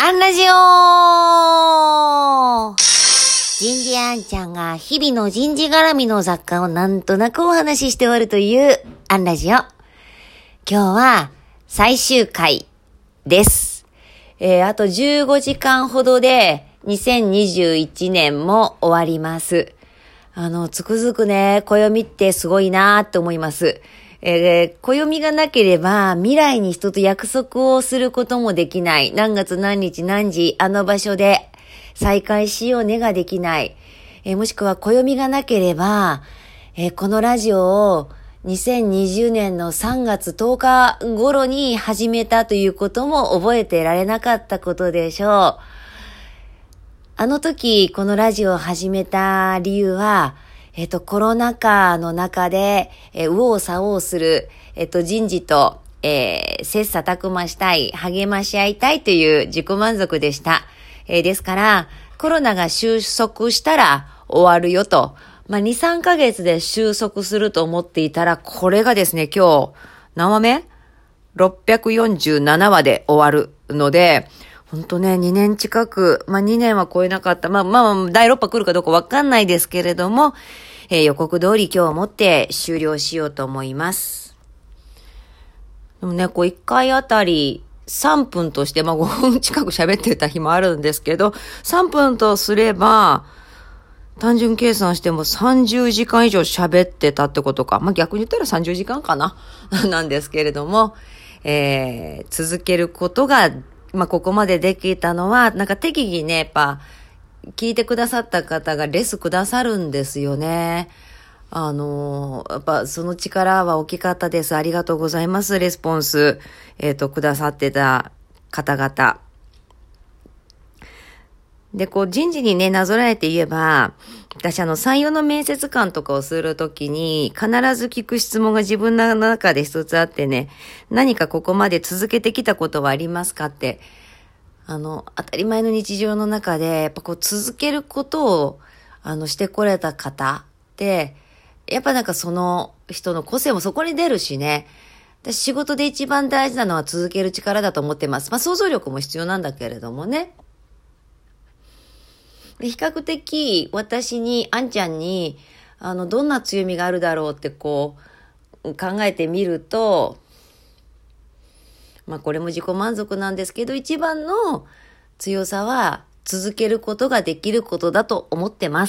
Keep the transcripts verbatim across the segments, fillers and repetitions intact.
アンラジオ人事アンちゃんが日々の人事絡みの雑貨をなんとなくお話しして終わるというアンラジオ。今日は最終回です。えー、あとじゅうごじかんほどでにせんにじゅういちねんも終わります。あの、つくづくね、暦ってすごいなーって思います。えー、暦がなければ未来に人と約束をすることもできない。何月何日何時あの場所で再会しようねができない。えー、もしくは暦がなければ、えー、このラジオをにせんにじゅうねんのさんがつとおか頃に始めたということも覚えてられなかったことでしょう。あの時このラジオを始めた理由は、えっと、コロナ禍の中で、えー、右往左往する、えっと、人事と、えー、切磋琢磨したい、励まし合いたいという自己満足でした。えー、ですから、コロナが収束したら終わるよと、まあ、に、さんかげつで収束すると思っていたら、これがですね、今日、何話目 ?ろっぴゃくよんじゅうなな 話で終わるので、ほんとね、にねん近く、まあ、にねんは超えなかった。まあ、まあ、だいろっぱ来るかどうかわかんないですけれども、えー、予告通り今日をもって終了しようと思います。でもね、こういっかいあたりさんぷんとして、まあ、ごふん近く喋ってた日もあるんですけど、さんぷんとすれば、単純計算してもさんじゅうじかん以上喋ってたってことか。まあ、逆に言ったらさんじゅうじかんかななんですけれども、えー、続けることがまあ、ここまでできたのは、なんか適宜ね、やっぱ、聞いてくださった方がレスくださるんですよね。あの、やっぱその力は大きかったです。ありがとうございます。レスポンス、えっと、くださってた方々。で、こう、人事にね、なぞらえて言えば、私あの、採用の面接官とかをするときに、必ず聞く質問が自分の中で一つあってね、何かここまで続けてきたことはありますかって、あの、当たり前の日常の中で、やっぱこう、続けることを、あの、してこれた方って、やっぱなんかその人の個性もそこに出るしね、私仕事で一番大事なのは続ける力だと思ってます。まあ、想像力も必要なんだけれどもね。で比較的私に、あんちゃんに、あの、どんな強みがあるだろうってこう、考えてみると、まあこれも自己満足なんですけど、一番の強さは続けることができることだと思ってます。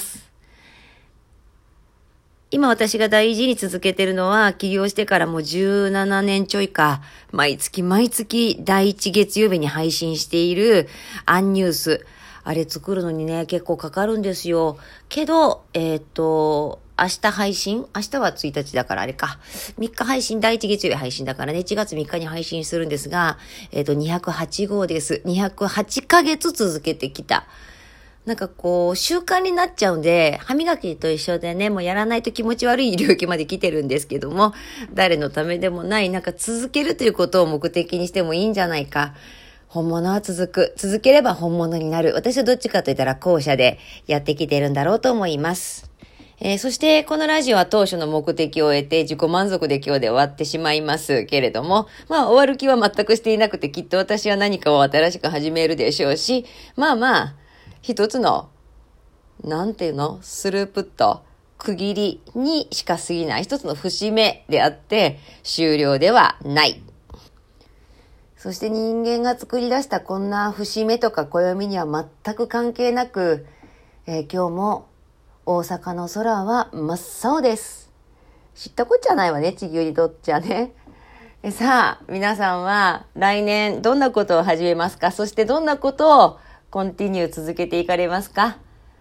今私が大事に続けてるのは、起業してからもうじゅうななねんちょいか、毎月毎月第一月曜日に配信しているアンニュース。あれ作るのにね、結構かかるんですよ。けど、えっと、明日配信明日はついたちだからあれか。みっか配信、第一月曜日配信だからね、いちがつみっかに配信するんですが、えっと、にひゃくはち号です。にひゃくはちかげつ続けてきた。なんかこう、習慣になっちゃうんで、歯磨きと一緒でね、もうやらないと気持ち悪い領域まで来てるんですけども、誰のためでもない、なんか続けるということを目的にしてもいいんじゃないか。本物は続く。続ければ本物になる。私はどっちかと言ったら後者でやってきてるんだろうと思います。えー、そしてこのラジオは当初の目的を得て自己満足で今日で終わってしまいますけれども、まあ終わる気は全くしていなくてきっと私は何かを新しく始めるでしょうし、まあまあ、一つの、なんていうのスループット、区切りにしか過ぎない一つの節目であって終了ではない。そして人間が作り出したこんな節目とか暦には全く関係なく、えー、今日も大阪の空は真っ青です。知ったこっちゃないわね、地球にとっちゃね。えさあ、皆さんは来年どんなことを始めますか？そしてどんなことをコンティニュー続けていかれますか？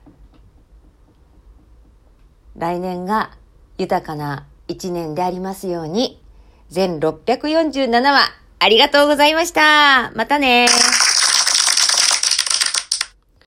来年が豊かな一年でありますように。全ろっぴゃくよんじゅうななわありがとうございました。またね。